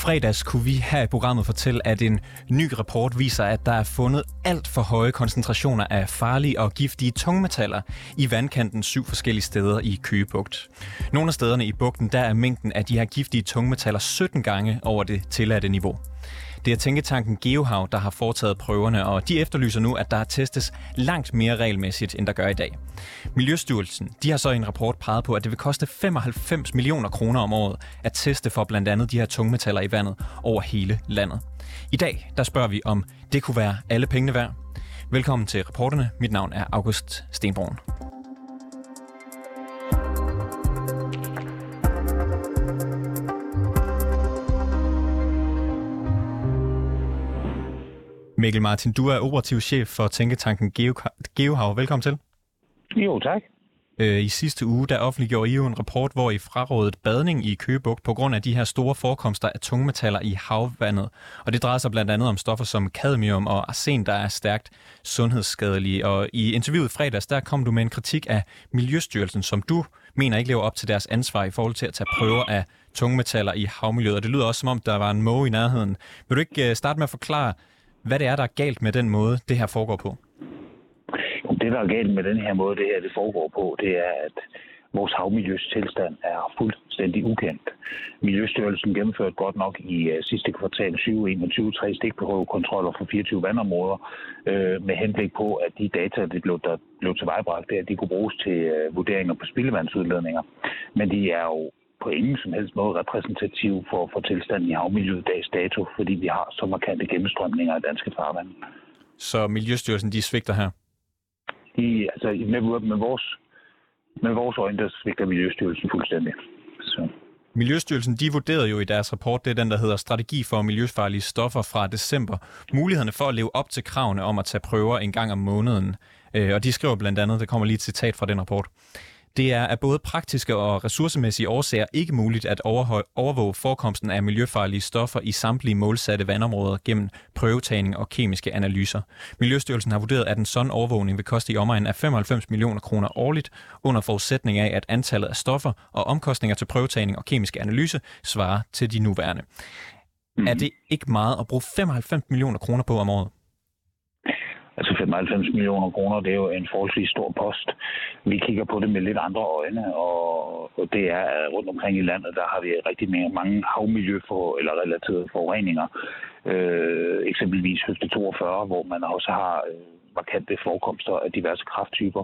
fredags kunne vi her i programmet fortælle, at en ny rapport viser, at der er fundet alt for høje koncentrationer af farlige og giftige tungmetaller i vandkanten 7 forskellige steder i Køge Bugt. Nogle af stederne i bugten, der er mængden af de her giftige tungmetaller 17 gange over det tilladte niveau. Det er tænketanken GeoHav, der har foretaget prøverne, og de efterlyser nu, at der testes langt mere regelmæssigt, end der gør i dag. Miljøstyrelsen, de har så i en rapport peget på, at det vil koste 95 millioner kroner om året at teste for blandt andet de her tungmetaller i vandet over hele landet. I dag, der spørger vi, om det kunne være alle pengene værd. Velkommen til Reporterne. Mit navn er August Stenbrun. Mikkel Martin, du er operativ chef for tænketanken GeoHav. Velkommen til. Jo, tak. I sidste uge, der offentliggjorde I jo en rapport, hvor I frarådede badning i Køge Bugt på grund af de her store forekomster af tungmetaller i havvandet. Og det drejer sig blandt andet om stoffer som cadmium og arsen, der er stærkt sundhedsskadelige. Og i interviewet fredags, der kom du med en kritik af Miljøstyrelsen, som du mener ikke lever op til deres ansvar i forhold til at tage prøver af tungmetaller i havmiljøet. Og det lyder også, som om der var en måge i nærheden. Vil du ikke starte med at forklare, hvad det er, der er galt med den måde, det her foregår på? Det, der er galt med den her måde, det foregår på, det er, at vores havmiljøs tilstand er fuldstændig ukendt. Miljøstyrelsen gennemførte godt nok i sidste kvartal 2021 3 stikprøvekontroller for 24 vandområder med henblik på, at de data, der blev tilvejebragt, de kunne bruges til vurderinger på spildevandsudledninger. Men de er jo på ingen som helst måde repræsentativ for tilstanden i havmiljøet dags dato, fordi vi har så markante gennemstrømninger af danske farvand. Så Miljøstyrelsen, de svigter her? Med vores øjne, der svigter Miljøstyrelsen fuldstændig. Så. Miljøstyrelsen, de vurderede jo i deres rapport, det er den, der hedder Strategi for miljøfarlige stoffer fra december, mulighederne for at leve op til kravene om at tage prøver en gang om måneden. Og de skriver blandt andet, der kommer lige et citat fra den rapport. Det er af både praktiske og ressourcemæssige årsager ikke muligt at overvåge forekomsten af miljøfarlige stoffer i samtlige målsatte vandområder gennem prøvetagning og kemiske analyser. Miljøstyrelsen har vurderet, at en sådan overvågning vil koste i omegnen af 95 millioner kroner årligt, under forudsætning af, at antallet af stoffer og omkostninger til prøvetagning og kemiske analyse svarer til de nuværende. Er det ikke meget at bruge 95 millioner kroner på om året? Altså 95 millioner kroner, det er jo en forholdsvis stor post. Vi kigger på det med lidt andre øjne, og det er, at rundt omkring i landet, der har vi rigtig mange eller relaterede forureninger. Eksempelvis høfde 42, hvor man også har markante forekomster af diverse kræfttyper.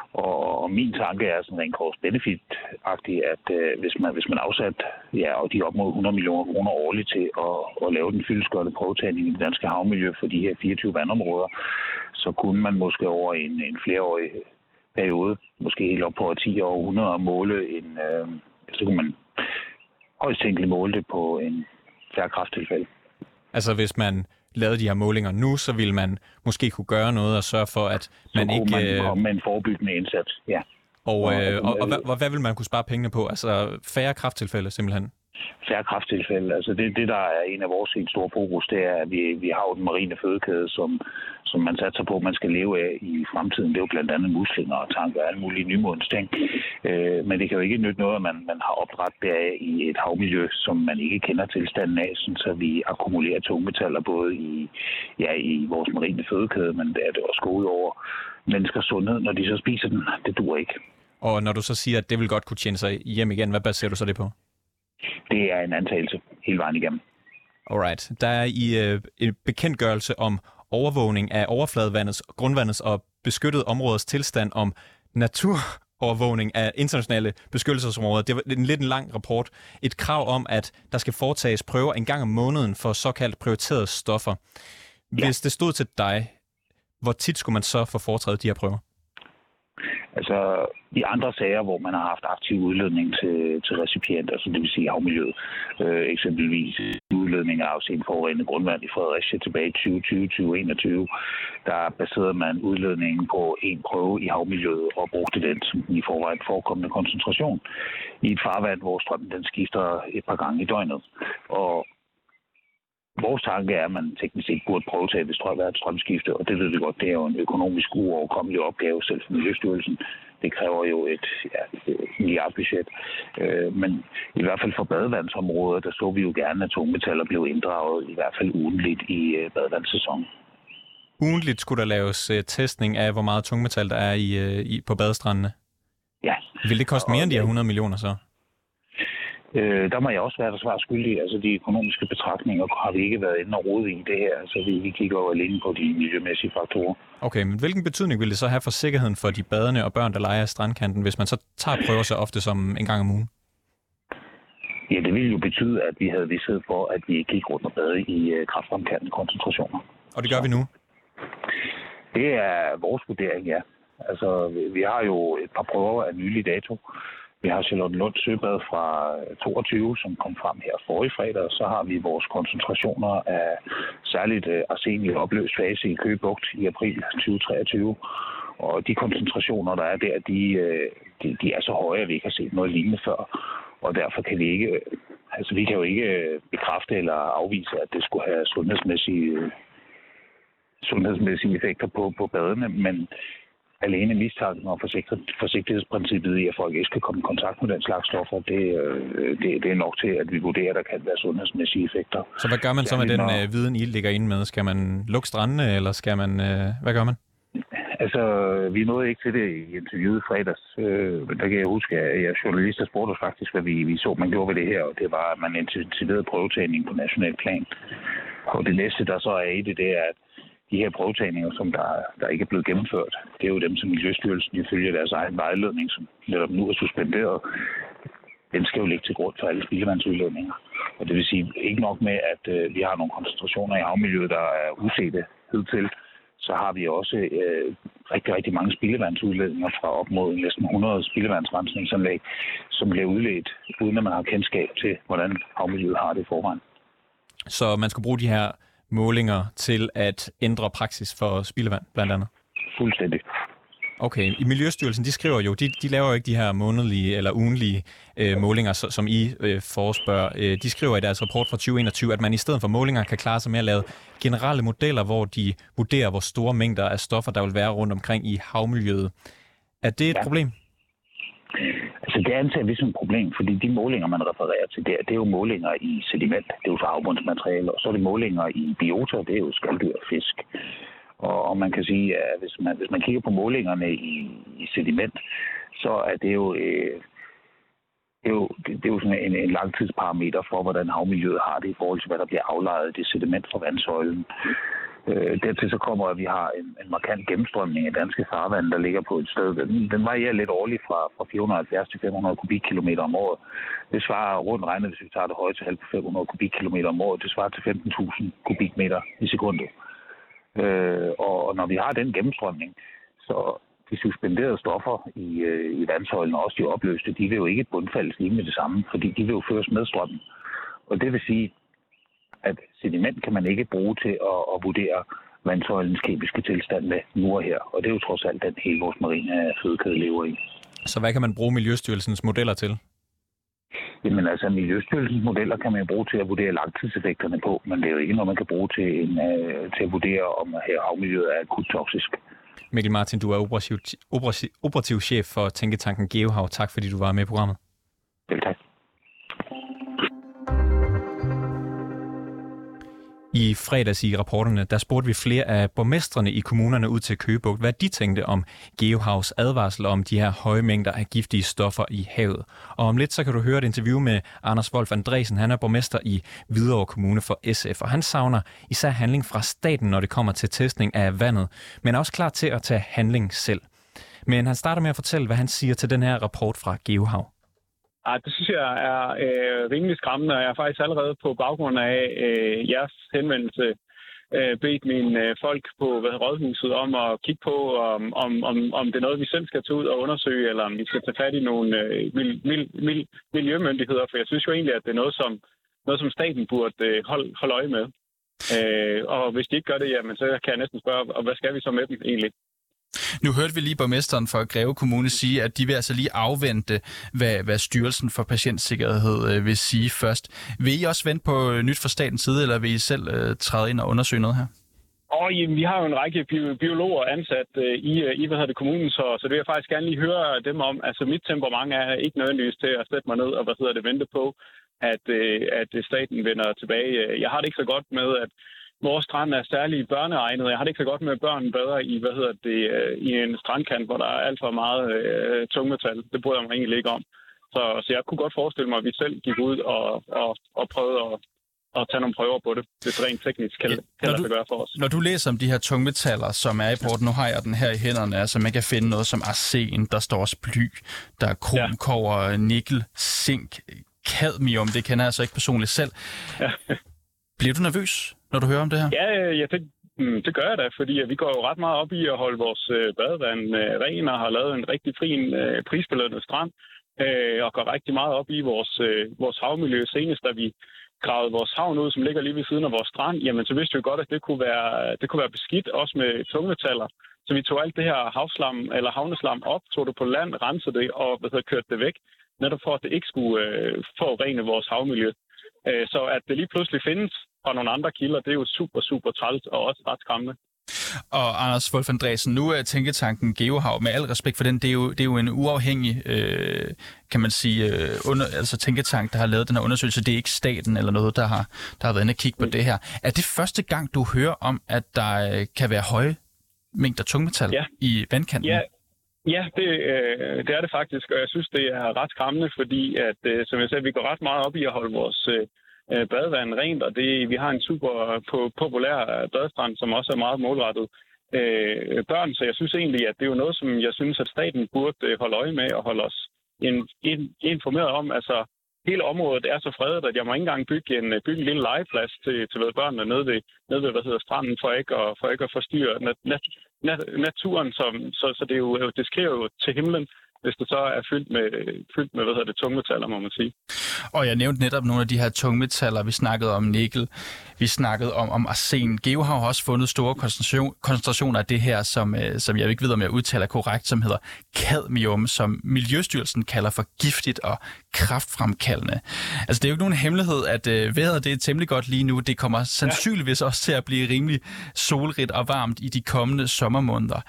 Og min tanke er sådan rent cost-benefit-agtig, at hvis man afsat og de op mod 100 millioner kroner årligt til at lave den fyldestgørende prøvetagning i det danske havmiljø for de her 24 vandområder, så kunne man måske over en flereårig periode, måske helt op på 10 år, 100 måle så kunne man højst tænkeligt måle det på en færre kræfttilfælde. Altså hvis man lavede de her målinger nu, så ville man måske kunne gøre noget og sørge for, at man ikke... Så kunne man komme med en forebyggende indsats, ja. Og hvad vil man kunne spare pengene på? Altså færre kræfttilfælde simpelthen? Færre kræfttilfælde. Altså det, der er en af vores helt store fokus, det er, at vi har jo den marine fødekæde, som man satser på, at man skal leve af i fremtiden. Det er jo blandt andet muslinger og tanker og alle mulige nymodens ting. Men det kan jo ikke nytte noget, at man har opdræt deraf i et havmiljø, som man ikke kender tilstanden af, så vi akkumulerer tungmetaller både i vores marine fødekæde, men det er det også gået over menneskers sundhed, når de så spiser den. Det duer ikke. Og når du så siger, at det vil godt kunne tjene sig hjem igen, hvad baserer du så det på? Det er en antagelse hele vejen igennem. Alright. Der er i en bekendtgørelse om overvågning af overfladevandets, grundvandets og beskyttede områders tilstand om naturovervågning af internationale beskyttelsesområder. Det var en lidt lang rapport. Et krav om, at der skal foretages prøver en gang om måneden for såkaldt prioriterede stoffer. Hvis det stod til dig, hvor tit skulle man så få foretaget de her prøver? Altså i andre sager, hvor man har haft aktiv udledning til recipient, altså det vil sige havmiljøet, eksempelvis udledning af arsenforurenet grundvand i Fredericia tilbage i 2020-2021, der baserede man udledningen på en prøve i havmiljøet og brugte den som i forvejen forekommende koncentration i et farvand, hvor strømmen den skifter et par gange i døgnet. Og Vores tanke er, at man teknisk ikke burde prøve til, hvis der er et strømskifte, og det ved vi godt, det er jo en økonomisk uoverkommelig opgave selv for Miljøstyrelsen. Det kræver jo et milliardbudget. Men i hvert fald for badevandsområdet, der så vi jo gerne, at tungmetaller blev inddraget i hvert fald ugentligt i badevandssæsonen. Ugentligt skulle der laves testning af, hvor meget tungmetal der er på badestrandene? Ja. Vil det koste mere end de her 100 millioner så? Der må jeg også være der svar skyldig. Altså de økonomiske betragtninger har vi ikke været inde og rode i det her. Altså vi kigger jo alene på de miljømæssige faktorer. Okay, men hvilken betydning vil det så have for sikkerheden for de badende og børn, der leger af strandkanten, hvis man så tager prøver så ofte som en gang om ugen? Ja, det ville jo betyde, at vi havde vished for, at vi ikke gik rundt og bade i kræftfremkaldende koncentrationer. Og det gør vi nu? Det er vores vurdering, ja. Altså, vi har jo et par prøver af nylig dato. Vi har Charlottenlund Søbad fra 22, som kom frem her forrige fredag, og så har vi vores koncentrationer af særligt arsen i opløst fase i Køge Bugt i april 2023. Og de koncentrationer, der er der, de er så høje, at vi ikke har set noget lignende før. Og derfor kan vi ikke, altså vi kan jo ikke bekræfte eller afvise, at det skulle have sundhedsmæssige effekter på badene, men alene mistanken og forsigtighedsprincippet i, at folk ikke skal komme i kontakt med den slags stoffer, det er nok til, at vi vurderer, at der kan være sundhedsmæssige effekter. Så hvad gør man så med den viden, I ligger inde med? Skal man lukke strandene, eller skal man... hvad gør man? Altså, vi nåede ikke til det i interviewet fredags. Der kan jeg huske, at jeg journalister spurgte os faktisk, hvad vi så, man gjorde ved det her, og det var, at man intensiverede prøvetagning på national plan. Og det næste, der så er i det, det er, at de her prøvetagninger, som der ikke er blevet gennemført, det er jo dem, som Miljøstyrelsen ifølge deres egen vejledning, som netop nu er suspenderet. Den skal jo ligge til grund for alle spildevandsudledninger. Og det vil sige, ikke nok med, at vi har nogle koncentrationer i havmiljøet, der er usete hidtil, så har vi også rigtig, rigtig mange spildevandsudledninger fra op mod næsten 100 spildevandsrensningsanlæg, som bliver udledt, uden at man har kendskab til, hvordan havmiljøet har det i forvejen. Så man skal bruge de her målinger til at ændre praksis for spildevand, blandt andet? Fuldstændig. Okay. I Miljøstyrelsen, de skriver jo, de laver jo ikke de her månedlige eller ugenlige målinger, som I forespørger. De skriver i deres rapport fra 2021, at man i stedet for målinger kan klare sig med at lave generelle modeller, hvor de vurderer, hvor store mængder af stoffer, der vil være rundt omkring i havmiljøet. Er det et problem? Altså det antager vi som et problem, fordi de målinger, man refererer til der, det er jo målinger i sediment, det er jo havbundsmateriale, og så er det målinger i biota, det er jo skaldyr og fisk. Og man kan sige, at hvis man kigger på målingerne i sediment, så er det jo, det er jo sådan en langtidsparameter for, hvordan havmiljøet har det i forhold til, hvad der bliver aflejet det sediment fra vandsøjlen. Dertil så kommer, at vi har en markant gennemstrømning af danske farvand, der ligger på et sted. Den varierer lidt årligt fra 470 til 500 kubikkilometer om året. Det svarer rundt regnet, hvis vi tager det høje tal på 500 kubikkilometer om året, det svarer til 15.000 kubikmeter i sekundet. Og når vi har den gennemstrømning, så de suspenderede stoffer i vandsøjlen og også de opløste, de vil jo ikke bundfaldes lige med det samme, fordi de vil jo føres med strømmen. Og det vil sige, at sediment kan man ikke bruge til at vurdere vandsøjlens kemiske tilstand med nu og her. Og det er jo trods alt den hele vores marine fødekæde lever i. Så hvad kan man bruge Miljøstyrelsens modeller til? Jamen altså, Miljøstyrelsens modeller kan man jo bruge til at vurdere langtidseffekterne på, men det er jo ikke noget, man kan bruge til at vurdere, om havmiljøet er akut toksisk. Mikkel Martin, du er operativ chef for tænketanken GeoHav. Tak fordi du var med i programmet. Vel, tak. I fredags i rapporterne, der spurgte vi flere af borgmestrene i kommunerne ud til Køge Bugt, hvad de tænkte om GeoHavs advarsel om de her høje mængder af giftige stoffer i havet. Og om lidt, så kan du høre et interview med Anders Wolf Andresen. Han er borgmester i Hvidovre Kommune for SF, og han savner især handling fra staten, når det kommer til testning af vandet, men er også klar til at tage handling selv. Men han starter med at fortælle, hvad han siger til den her rapport fra GeoHav. Det synes jeg er rimelig skræmmende, og jeg har faktisk allerede på baggrund af jeres henvendelse bedt mine folk på rådhuset om at kigge på, om det er noget, vi selv skal tage ud og undersøge, eller om vi skal tage fat i nogle miljømyndigheder, for jeg synes jo egentlig, at det er noget, som staten burde holde øje med. Og hvis de ikke gør det, jamen, så kan jeg næsten spørge, og hvad skal vi så med dem egentlig? Nu hørte vi lige borgmesteren for Greve Kommune sige, at de vil altså lige afvente, hvad Styrelsen for Patientsikkerhed vil sige først. Vil I også vente på nyt fra statens side, eller vil I selv træde ind og undersøge noget her? Vi har jo en række biologer ansat i kommunen, så det vil jeg faktisk gerne lige høre dem om. Altså mit temperament er ikke nødvendigvis til at sætte mig ned og vente på, at staten vender tilbage. Jeg har det ikke så godt med, at vores strand er særligt børneegnet. Jeg har det ikke så godt med, at børn bader i en strandkant, hvor der er alt for meget tungmetal. Det bryder jeg mig egentlig ikke om. Så jeg kunne godt forestille mig, at vi selv gik ud og prøvede at tage nogle prøver på det, hvis rent teknisk kan lade sig gøre for os. Når du læser om de her tungmetaller, som er i porten, nu har jeg den her i hænderne, altså man kan finde noget som arsen, der står også bly, der er krom, kobber, nikkel, zink, cadmium, det kender jeg altså ikke personligt selv. Ja. Bliver du nervøs, når du hører om det her? Ja, det gør jeg da, fordi vi går jo ret meget op i at holde vores badevand ren og har lavet en rigtig fin prisbelønnet strand og går rigtig meget op i vores havmiljø. Senest da vi gravede vores havn ud, som ligger lige ved siden af vores strand, jamen så vidste vi jo godt, at det kunne være beskidt, også med tungmetaller. Så vi tog alt det her havslam eller havneslam op, tog det på land, rensede det og kørte det væk, netop for at det ikke skulle forurene vores havmiljø. Så at det lige pludselig findes fra nogle andre kilder, det er jo super, super træls og også ret skræmmende. Og Anders Wolf Andresen, nu er tænketanken GeoHav, med al respekt for den, det er jo en uafhængig, kan man sige, tænketank, der har lavet den her undersøgelse. Det er ikke staten eller noget, der har været inde og kigge på det her. Er det første gang, du hører om, at der kan være høje mængder tungmetal i vandkanten? Ja, det er det faktisk, og jeg synes, det er ret skræmmende, fordi at, som jeg sagde, vi går ret meget op i at holde vores badevand rent, og vi har en super populær badestrand, som også er meget målrettet børn, så jeg synes egentlig, at det er jo noget, som jeg synes, at staten burde holde øje med og holde os informeret om. Altså, hele området er så fredet, at jeg må ikke engang bygge en lille legeplads til børnene nede ved stranden, for ikke at forstyrre naturen, så det skriver jo til himlen, hvis det så er fyldt med tungmetaller, må man sige. Og jeg nævnte netop nogle af de her tungmetaller. Vi snakkede om nikkel, vi snakkede om arsen. GeoHav har også fundet store koncentrationer af det her, som jeg ikke ved, om jeg udtaler korrekt, som hedder cadmium, som Miljøstyrelsen kalder for giftigt og kræftfremkaldende. Altså, det er jo ikke nogen hemmelighed, at vejret det er temmelig godt lige nu. Det kommer sandsynligvis også til at blive rimelig solrigt og varmt i de kommende sommermåneder.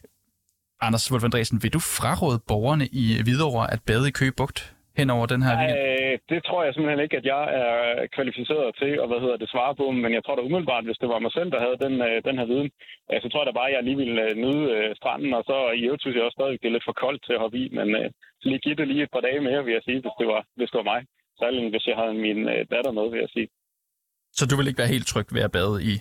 Anders Wolf Andresen, vil du fraråde borgerne i Hvidovre at bade i Køge Bugt hen over den her weekend? Det tror jeg simpelthen ikke, at jeg er kvalificeret til at svare på, men jeg tror da umiddelbart, hvis det var mig selv, der havde den her viden, så tror jeg da bare, at jeg lige ville nyde stranden, og så i øvrigt synes jeg også stadig, det er lidt for koldt til at hoppe i, men så lige give det lige et par dage mere, vil jeg sige, hvis det var mig. Særligt hvis jeg havde min datter med, vil jeg sige. Så du vil ikke være helt tryg ved at bade i?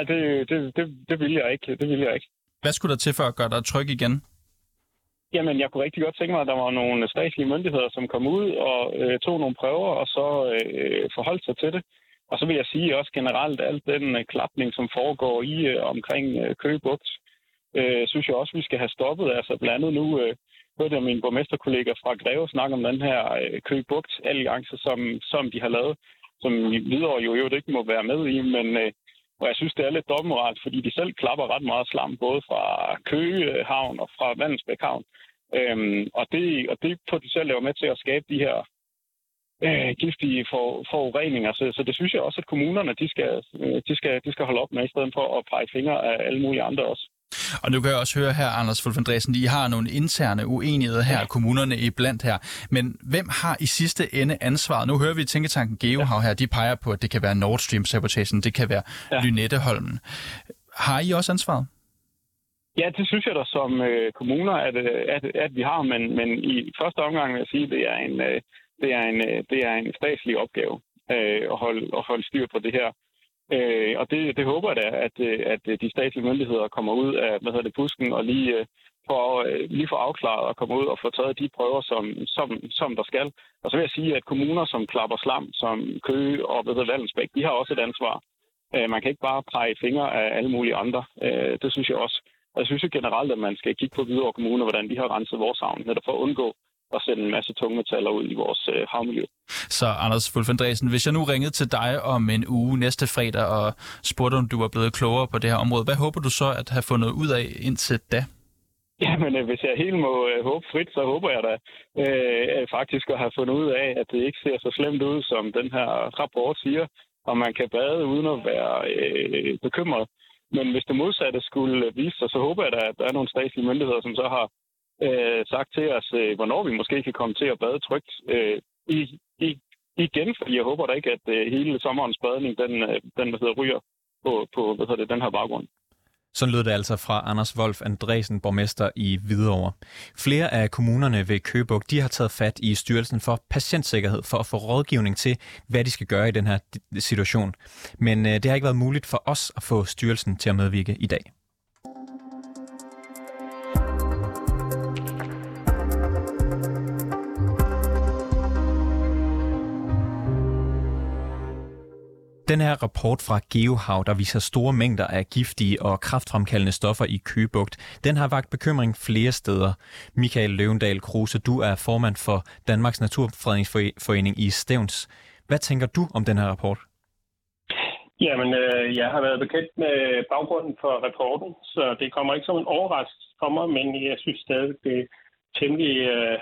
Det vil jeg ikke. Det vil jeg ikke. Hvad skulle der til for at gøre dig tryg igen? Jamen, jeg kunne rigtig godt tænke mig, at der var nogle statslige myndigheder, som kom ud og tog nogle prøver, og så forholdt sig til det. Og så vil jeg sige også generelt, at alt den klapning, som foregår omkring Køge Bugt, synes jeg også, vi skal have stoppet. Altså blandt andet nu hørte jeg min borgmesterkollega fra Greve snakke om den her Køge Bugt-alliance, som de har lavet, som videre jo ikke må være med i, men og jeg synes, det er lidt dobbeltmoralsk, fordi de selv klapper ret meget slam, både fra Køge Havn og fra Vandensbæk Havn. Og det potentielt er jo med til at skabe de her giftige forureninger. Så det synes jeg også, at kommunerne de skal holde op med, i stedet for at pege fingre af alle mulige andre også. Og nu kan jeg også høre her, Anders Wolf Andresen, I har nogle interne uenigheder her, kommunerne iblandt her. Men hvem har i sidste ende ansvaret? Nu hører vi tænketanken GeoHav her, de peger på, at det kan være Nord Stream-sabotagen, det kan være Lynetteholmen. Har I også ansvaret? Ja, det synes jeg da som kommuner, at vi har, men i første omgang vil jeg sige, at det er en statslig opgave at holde styr på det her. Og det håber jeg da, at de statslige myndigheder kommer ud af busken og lige får afklaret og kommer ud og får taget de prøver, som der skal. Og så vil jeg sige, at kommuner, som klapper slam, som Køge og Vandensbæk, de har også et ansvar. Man kan ikke bare pege fingre af alle mulige andre. Det synes jeg også. Og jeg synes jo generelt, at man skal kigge på Hvidovre Kommune, hvordan de har renset vores havn, netop for at undgå at sende en masse tungmetaller ud i vores havmiljø. Så Anders Wolf Andresen, hvis jeg nu ringede til dig om en uge næste fredag og spurgte, om du var blevet klogere på det her område, hvad håber du så at have fundet ud af indtil da? Jamen, hvis jeg helt må håbe frit, så håber jeg da faktisk at have fundet ud af, at det ikke ser så slemt ud, som den her rapport siger, og man kan bade uden at være bekymret. Men hvis det modsatte skulle vise sig, så håber jeg da, at der er nogle statslige myndigheder, som så har sagt til os, hvornår vi måske kan komme til at bade trygt igen, fordi jeg håber da ikke, at hele sommerens badning, den ryger på den her baggrund. Sådan lød det altså fra Anders Wolf Andresen, borgmester i Hvidovre. Flere af kommunerne ved Køge Bugt, de har taget fat i Styrelsen for Patientsikkerhed for at få rådgivning til, hvad de skal gøre i den her situation. Men det har ikke været muligt for os at få styrelsen til at medvirke i dag. Den her rapport fra GeoHav, der viser store mængder af giftige og kræftfremkaldende stoffer i Køge Bugt, den har vakt bekymring flere steder. Michael Løvendal Kruse, du er formand for Danmarks Naturfredningsforening i Stevns. Hvad tænker du om den her rapport? Jamen, jeg har været bekendt med baggrunden for rapporten, så det kommer ikke som en overraskelse for mig, men jeg synes stadig, det er temmelig,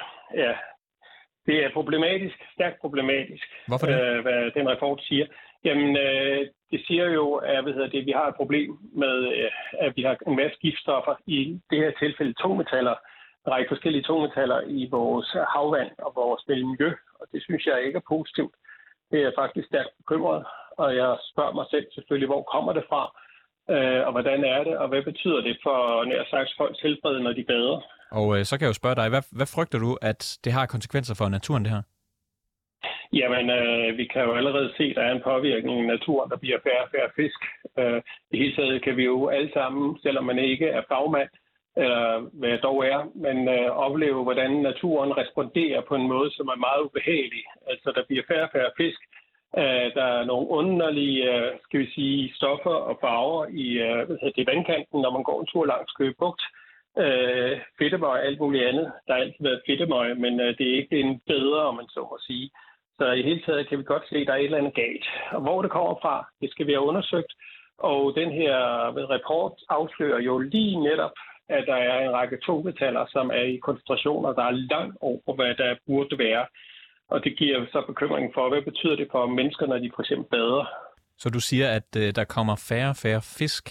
det er problematisk, stærkt problematisk. Hvorfor det? Hvad den rapport siger. Jamen, det siger jo, at vi har et problem med, at vi har en masse giftstoffer, i det her tilfælde tungmetaller, en række forskellige tungmetaller i vores havvand og vores miljø, og det synes jeg ikke er positivt. Det er faktisk stærkt bekymret, og jeg spørger mig selv selvfølgelig, hvor kommer det fra, og hvordan er det, og hvad betyder det for nær sagt folks helbred, når de bader? Og så kan jeg jo spørge dig, hvad frygter du, at det har konsekvenser for naturen, det her? Jamen, vi kan jo allerede se, at der er en påvirkning i naturen, der bliver færre og færre fisk. I hele taget kan vi jo alle sammen, selvom man ikke er fagmand, eller hvad jeg dog er, men opleve, hvordan naturen responderer på en måde, som er meget ubehagelig. Altså, der bliver færre og færre fisk. Der er nogle underlige, skal vi sige, stoffer og farver i vandkanten, når man går en tur langs Køge Bugt. Fedtemøg og alt muligt andet. Der har altid været fedtemøg, men det er ikke en bedre, om man så må sige. Så i hele taget kan vi godt se, at der er et eller andet galt. Og hvor det kommer fra, det skal vi have undersøgt. Og den her rapport afslører jo lige netop, at der er en række tungmetaller, som er i koncentrationer, der er langt over, hvad der burde være. Og det giver så bekymring for, hvad betyder det for mennesker, når de for eksempel bader. Så du siger, at der kommer færre og færre fisk,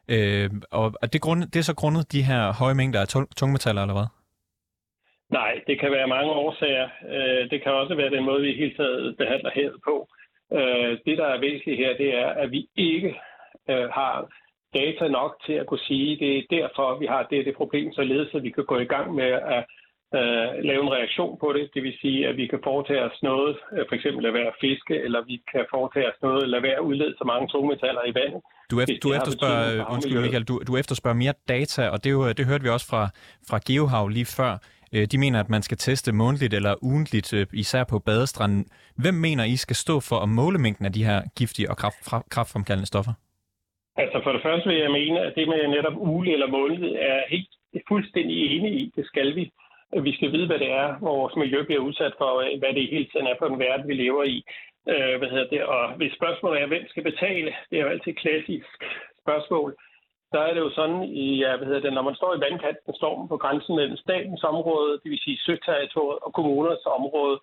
og det er så grundet de her høje mængder af tungmetaller, eller hvad? Nej, det kan være mange årsager. Det kan også være den måde, vi i hele taget behandler havet på. Det, der er væsentligt her, det er, at vi ikke har data nok til at kunne sige, det er derfor, vi har det problem, således at vi kan gå i gang med at lave en reaktion på det. Det vil sige, at vi kan foretage os noget, for eksempel lade være at fiske, eller vi kan foretage os noget, lade være at udlede så mange tungmetaller i vandet. Du efterspørger mere data, og det hørte vi også fra GeoHav lige før. De mener, at man skal teste månedligt eller ugentligt, især på badestranden. Hvem mener I skal stå for at måle mængden af de her giftige og kræftfremkaldende stoffer? Altså for det første vil jeg mene, at det med netop ugentligt eller månedligt er helt fuldstændig enig i. Det skal vi. Vi skal vide, hvad det er, vores miljø bliver udsat for, hvad det hele tiden er på den verden, vi lever i. Og hvis spørgsmålet er, hvem skal betale, det er jo altid et klassisk spørgsmål. Så er det jo sådan, når man står i vandkanten, står man på grænsen mellem statens område, det vil sige søterritoriet, og kommunernes område.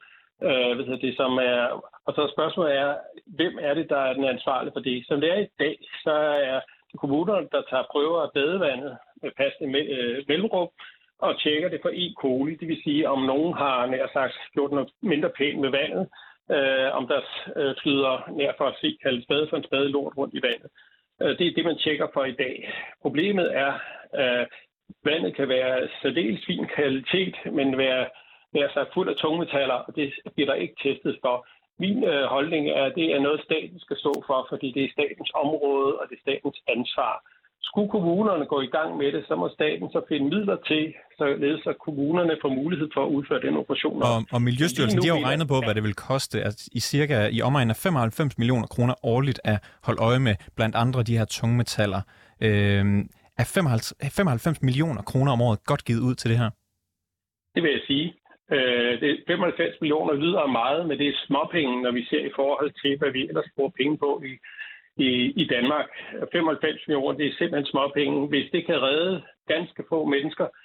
Og så spørgsmålet er, hvem er det, der er den ansvarlige for det? Som det er i dag, så er det kommunerne, der tager prøver af badevandet med passende mellemrum, og tjekker det for E. coli, det vil sige, om nogen har nær sagt gjort noget mindre pænt med vandet, om der flyder nær for at se kaldet spade for en spade lort rundt i vandet. Det er det, man tjekker for i dag. Problemet er, at vandet kan være særdeles fin kvalitet, men være så fuld af tungmetaller, og det bliver der ikke testet for. Min holdning er, at det er noget, staten skal stå for, fordi det er statens område, og det er statens ansvar. Skulle kommunerne gå i gang med det, så må staten så finde midler til, således at kommunerne får mulighed for at udføre den operation. Og Miljøstyrelsen, de har jo regnet på, hvad det vil koste, at i omegnen af 95 millioner kroner årligt at holde øje med blandt andre de her tungmetaller. Er 95 millioner kroner om året godt givet ud til det her? Det vil jeg sige. 95 millioner lyder meget, men det er småpenge, når vi ser i forhold til, hvad vi ellers bruger penge på i Danmark. 95 millioner, det er simpelthen småpenge. Hvis det kan redde ganske få mennesker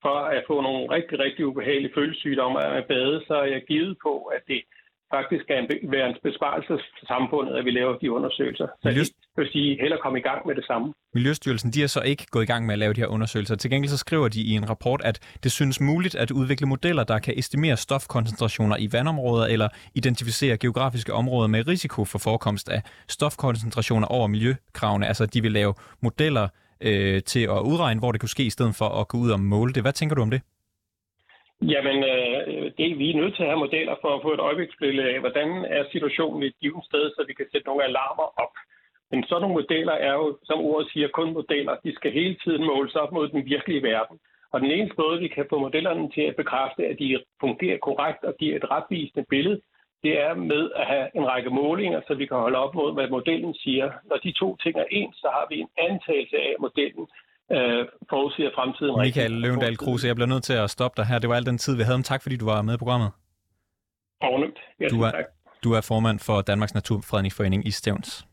for at få nogle rigtig, rigtig ubehagelige følelsessygdomme af at bade, så er jeg givet på, at det faktisk kan være en besparelse for samfundet, at vi laver de undersøgelser. Så det vil sige, hellere komme i gang med det samme. Miljøstyrelsen, de er så ikke gået i gang med at lave de her undersøgelser. Til gengæld så skriver de i en rapport, at det synes muligt at udvikle modeller, der kan estimere stofkoncentrationer i vandområder eller identificere geografiske områder med risiko for forekomst af stofkoncentrationer over miljøkravene. Altså, de vil lave modeller til at udregne, hvor det kunne ske, i stedet for at gå ud og måle det. Hvad tænker du om det? Jamen, vi er nødt til at have modeller for at få et øjebliksbillede af, hvordan er situationen i et givet sted, så vi kan sætte nogle alarmer op. Men sådan nogle modeller er jo, som ordet siger, kun modeller. De skal hele tiden måles op mod den virkelige verden. Og den eneste måde, vi kan få modellerne til at bekræfte, at de fungerer korrekt og giver et retvisende billede, det er med at have en række målinger, så vi kan holde op mod, hvad modellen siger. Når de to ting er ens, så har vi en antagelse af modellen forudsiger fremtiden. Michael Løvendal Kruse, jeg bliver nødt til at stoppe dig her. Det var al den tid, vi havde. Men tak, fordi du var med i programmet. Fornemt. Du er formand for Danmarks Naturfredningsforening i Stevns.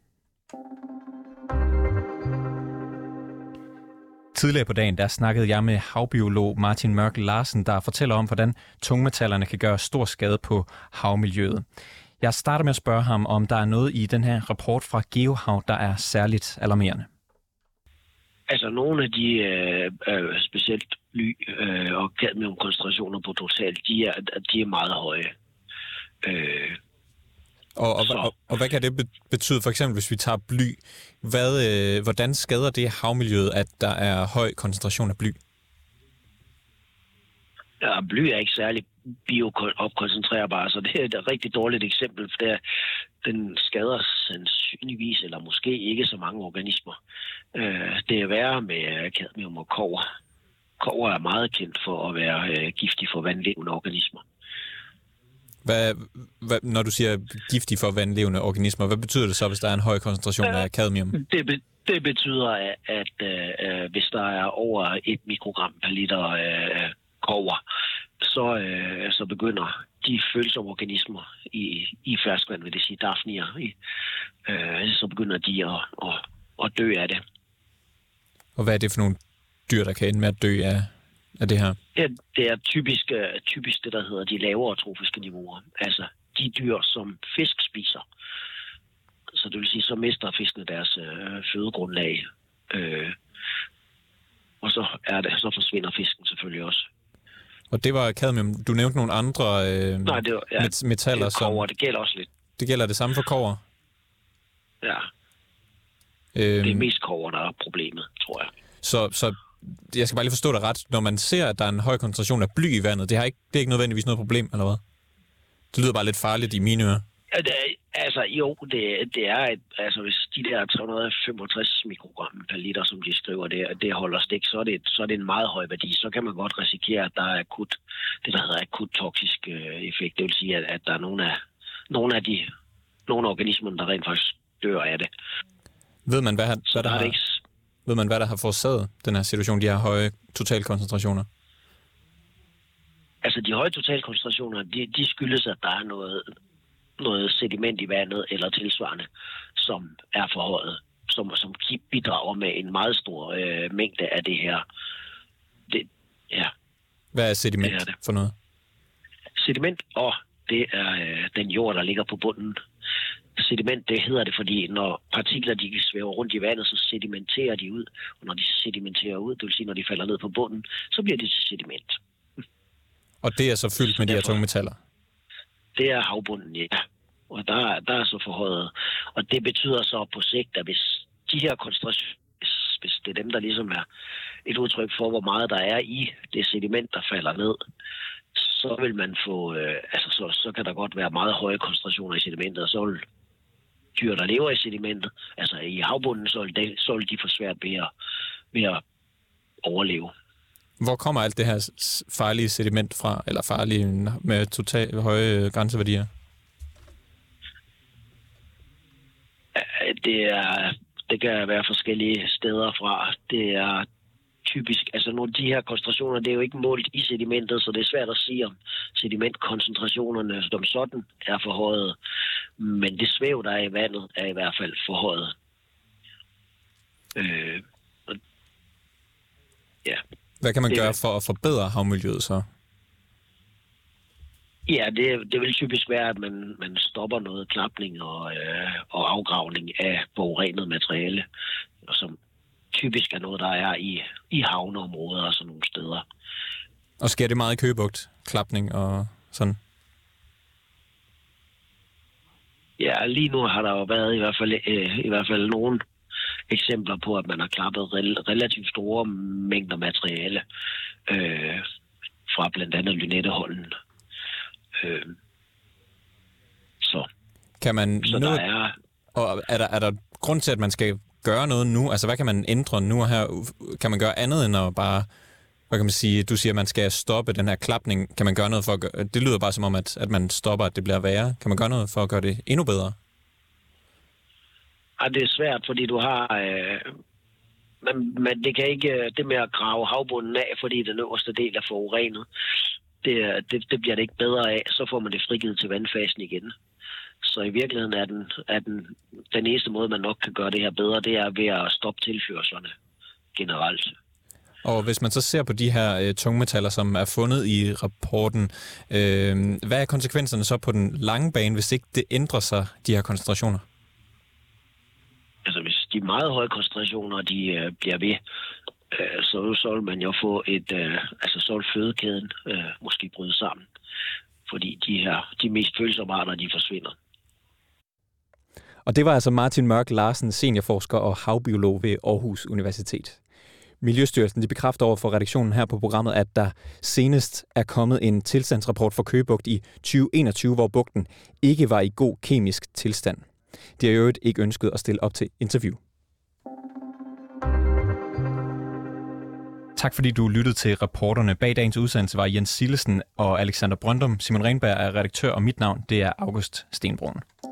Tidligere på dagen, der snakkede jeg med havbiolog Martin Mørk Larsen, der fortæller om, hvordan tungmetallerne kan gøre stor skade på havmiljøet. Jeg starter med at spørge ham, om der er noget i den her rapport fra GeoHav, der er særligt alarmerende. Altså nogle af de specielt bly og cadmiumkoncentrationer på totalt, de er meget høje. Og hvad kan det betyde, for eksempel hvis vi tager bly? Hvordan skader det havmiljøet, at der er høj koncentration af bly? Ja, bly er ikke særlig bioopkoncentrerbar, så det er et rigtig dårligt eksempel, for den skader sandsynligvis, eller måske ikke så mange organismer. Det er værre med cadmium og kobber. Kobber er meget kendt for at være giftig for vandlevende organismer. Når du siger giftig for vandlevende organismer, hvad betyder det så, hvis der er en høj koncentration af cadmium? Det betyder, at hvis der er over 1 mikrogram per liter kobber, så begynder de følsomme organismer i ferskvand, vil det sige dafnier, så begynder de at dø af det. Og hvad er det for nogle dyr, der kan ende med at dø af det her? Ja, det er typisk det, der hedder de lavere trofiske niveauer. Altså de dyr, som fisk spiser. Så det vil sige, så mister fiskene deres fødegrundlag. Og så forsvinder fisken selvfølgelig også. Og det var cadmium. Du nævnte nogle andre metaller. Det kobber, det gælder også lidt. Det gælder det samme for kobber? Ja. Det er mest kobber, der er problemet, tror jeg. Så jeg skal bare lige forstå det ret. Når man ser, at der er en høj koncentration af bly i vandet, det er ikke nødvendigvis noget problem, eller hvad? Det lyder bare lidt farligt i mine ører. Det er hvis de der 365 mikrogram per liter, som de skriver, det holder stik, så er det en meget høj værdi. Så kan man godt risikere, at der er det, der hedder akut toksisk effekt. Det vil sige, at der er nogle organismer, der rent faktisk dør af det. Ved man, hvad der har forårsaget den her situation, de her høje totalkoncentrationer? Altså, de høje totalkoncentrationer, de skyldes, at der er noget sediment i vandet eller tilsvarende, som er forhøjet, som bidrager med en meget stor mængde af det her. Hvad er sediment for noget? Sediment, det er den jord, der ligger på bunden. Sediment, det hedder det, fordi når partikler de svæver rundt i vandet, så sedimenterer de ud. Og når de sedimenterer ud, det vil sige, når de falder ned på bunden, så bliver det sediment. Og det er så fyldt med de her tungmetaller? Det er havbunden, ja. Og der er så forhøjet. Og det betyder så på sigt, at hvis de her koncentrationer, hvis det er dem, der ligesom er et udtryk for, hvor meget der er i det sediment, der falder ned, så vil man få, så kan der godt være meget høje koncentrationer i sedimentet, og så vil dyr, der lever i sedimentet, altså i havbunden, så vil de få svært ved at overleve. Hvor kommer alt det her farlige sediment fra, eller farlige med totalt høje grænseværdier? Det kan være forskellige steder fra. Det er typisk, altså nogle af de her koncentrationer, det er jo ikke målt i sedimentet, så det er svært at sige, om sedimentkoncentrationerne som sådan er forhøjet. Men det svæv, der er i vandet, er i hvert fald forhøjet. Ja. Hvad kan man gøre for at forbedre havmiljøet så? Ja, det vil typisk være, at man stopper noget klapning og afgravning af forurenet materiale, som typisk er noget, der er i havneområder og sådan nogle steder. Og sker det meget i Køge Bugt? Klapning og Ja, lige nu har der jo været i hvert fald nogle eksempler på, at man har klappet relativt store mængder materiale fra blandt andet Lynetteholmen. Så kan man så nu, der er... Og er der grund til, at man skal gøre noget nu? Altså, hvad kan man ændre nu og her? Kan man gøre andet end at bare... Hvad kan man sige? Du siger, at man skal stoppe den her klapning. Kan man gøre noget for at gøre... Det lyder bare som om, at man stopper, at det bliver værre. Kan man gøre noget for at gøre det endnu bedre? Ja, det er svært, fordi du har... Men det kan ikke... Det med at grave havbunden af, fordi den øverste del er forurenet, det bliver det ikke bedre af. Så får man det frigivet til vandfasen igen. Så i virkeligheden er den eneste måde, man nok kan gøre det her bedre, det er ved at stoppe tilførslerne generelt. Og hvis man så ser på de her tungmetaller, som er fundet i rapporten, hvad er konsekvenserne så på den lange bane, hvis ikke det ændrer sig, de her koncentrationer? Altså hvis de meget høje koncentrationer, de bliver ved, så vil man jo få så vil fødekæden måske bryde sammen. Fordi de mest følsomme arter, de forsvinder. Og det var altså Martin Mørk Larsen, seniorforsker og havbiolog ved Aarhus Universitet. Miljøstyrelsen bekræfter over for redaktionen her på programmet, at der senest er kommet en tilstandsrapport for Køge Bugt i 2021, hvor bugten ikke var i god kemisk tilstand. De har jo ikke ønsket at stille op til interview. Tak fordi du lyttede til reporterne. Bag dagens udsendelse var Jens Sillesen og Alexander Brøndum. Simon Renberg er redaktør, og mit navn det er August Stenbrun.